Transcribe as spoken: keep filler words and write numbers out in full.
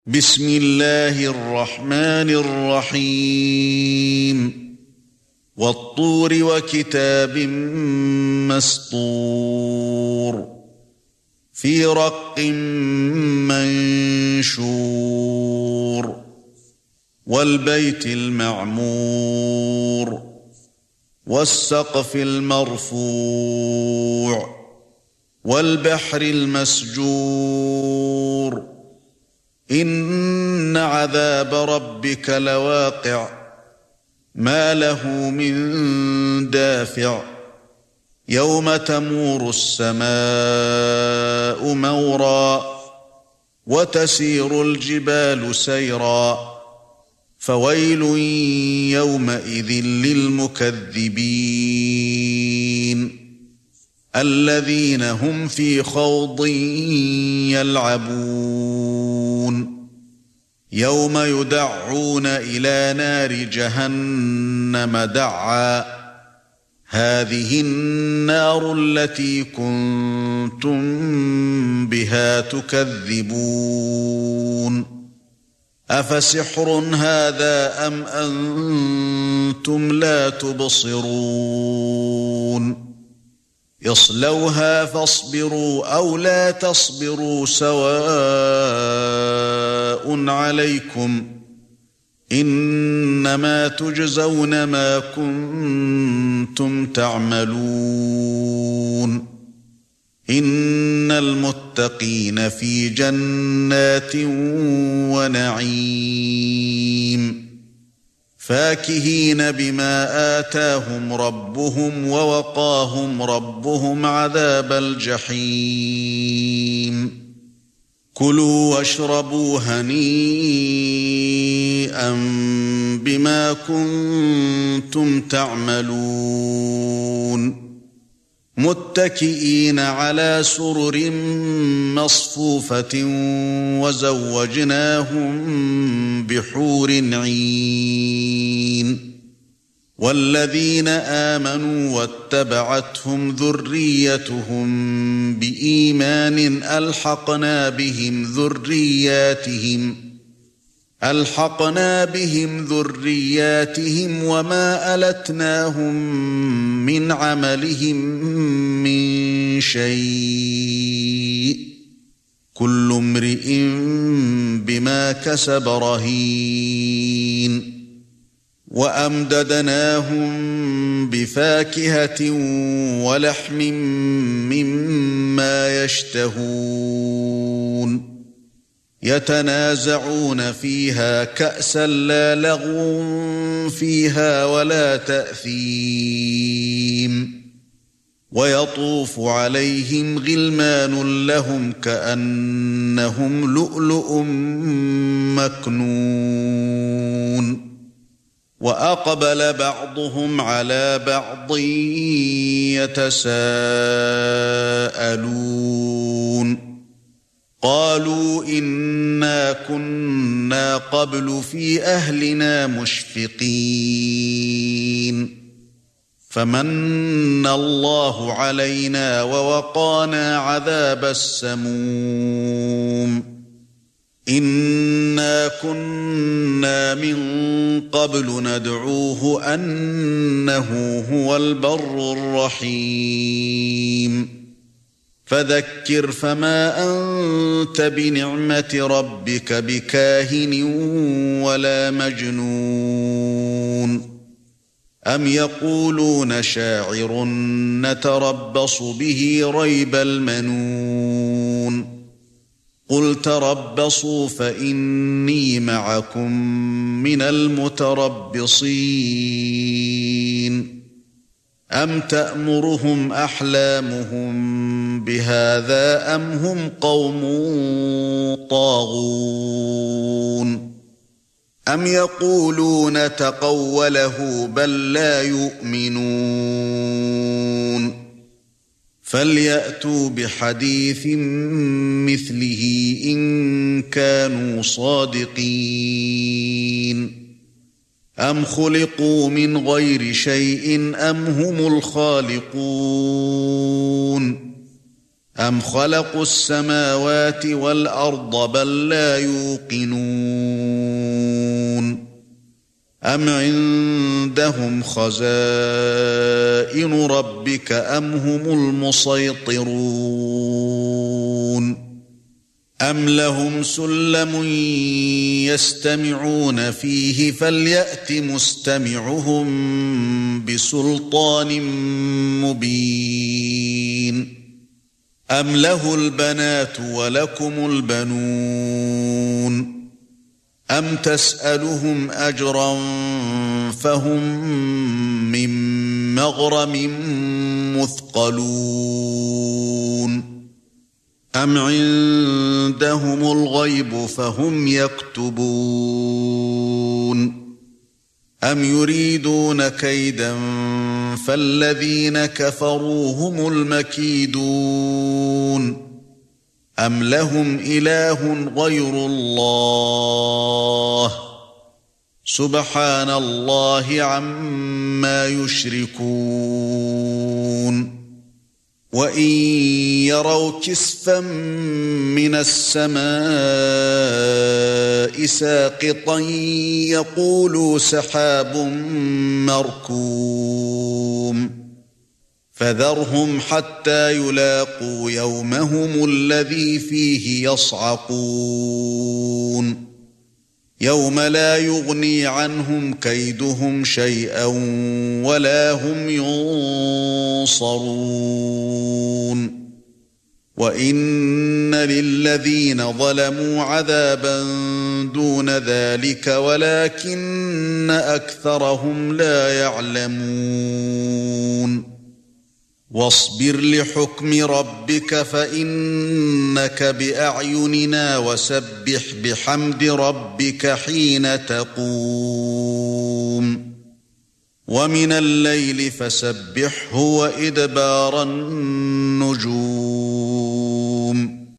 بسم الله الرحمن الرحيم والطور وكتاب مسطور في رق منشور والبيت المعمور والسقف المرفوع والبحر المسجور إن عذاب ربك لواقع ما له من دافع يوم تمور السماء مورا وتسير الجبال سيرا فويل يومئذ للمكذبين الذين هم في خوض يلعبون يوم يدعون إلى نار جهنم دعا هذه النار التي كنتم بها تكذبون أفسحر هذا أم أنتم لا تبصرون اصلوها فاصبروا أو لا تصبروا سواء عليكم إنما تجزون ما كنتم تعملون إن المتقين في جنات ونعيم فاكهين بما آتاهم ربهم ووقاهم ربهم عذاب الجحيم كلوا واشربوا هنيئا بما كنتم تعملون متكئين على سرر مصفوفة وزوجناهم بحور عين والذين آمنوا واتبعتهم ذريتهم بإيمان ألحقنا بهم ذرياتهم ألحقنا بهم ذرياتهم وما ألتناهم من عملهم من شيء كل امرئ بما كسب رهين وأمددناهم بفاكهة ولحم مما يشتهون يتنازعون فيها كأسا لا لغو فيها ولا تأثيم ويطوف عليهم غلمان لهم كأنهم لؤلؤ مكنون وأقبل بعضهم على بعض يتساءلون قالوا إنا كنا قبل في أهلنا مشفقين فمن الله علينا ووقانا عذاب السموم إنا كنا من قبل ندعوه أنه هو البر الرحيم فذكر فما أنت بنعمة ربك بكاهن ولا مجنون أم يقولون شاعر نتربص به ريب المنون قل تربصوا فإني معكم من المتربصين أم تأمرهم أحلامهم بهذا أم هم قوم طاغون أم يقولون تقوله بل لا يؤمنون فليأتوا بحديث مثله إن كانوا صادقين أم خلقوا من غير شيء أم هم الخالقون أَمْ خَلَقُوا السَّمَاوَاتِ وَالْأَرْضَ بَل لَّا يُوقِنُونَ أَمْ عِندَهُمْ خَزَائِنُ رَبِّكَ أَمْ هُمُ الْمُصَيْطِرُونَ أَمْ لَهُمْ سُلَّمٌ يَسْتَمِعُونَ فِيهِ فَلْيَأْتِ مُسْتَمِعُهُم بِسُلْطَانٍ مُّبِينٍ أَمْ لَهُ الْبَنَاتُ وَلَكُمُ الْبَنُونَ أَمْ تَسْأَلُهُمْ أَجْرًا فَهُمْ مِنْ مَغْرَمٍ مُثْقَلُونَ أَمْ عِندَهُمُ الْغَيْبُ فَهُمْ يَكْتُبُونَ أَمْ يُرِيدُونَ كَيْدًا فَالَّذِينَ كَفَرُوا هُمُ الْمَكِيدُونَ أَمْ لَهُمْ إِلَٰهٌ غَيْرُ اللَّهِ سُبْحَانَ اللَّهِ عَمَّا يُشْرِكُونَ وَإِن يَرَوْا كِسْفًا مِّنَ السَّمَاءِ سَاقِطًا يَقُولُوا سَحَابٌ مَّرْكُومٌ فَذَرْهُمْ حَتَّى يُلَاقُوا يَوْمَهُمُ الَّذِي فِيهِ يَصْعَقُونَ يَوْمَ لَا يُغْنِي عَنْهُمْ كَيْدُهُمْ شَيْئًا وَلَا هُمْ يُنصَرُونَ وَإِنَّ لِلَّذِينَ ظَلَمُوا عَذَابًا دُونَ ذَلِكَ وَلَكِنَّ أَكْثَرَهُمْ لَا يَعْلَمُونَ وَاصْبِرْ لِحُكْمِ رَبِّكَ فَإِنَّكَ بِأَعْيُنِنَا وَسَبِّحْ بِحَمْدِ رَبِّكَ حِينَ تَقُومُ وَمِنَ اللَّيْلِ فَسَبِّحْهُ وَإِدْبَارَ النُّجُومِ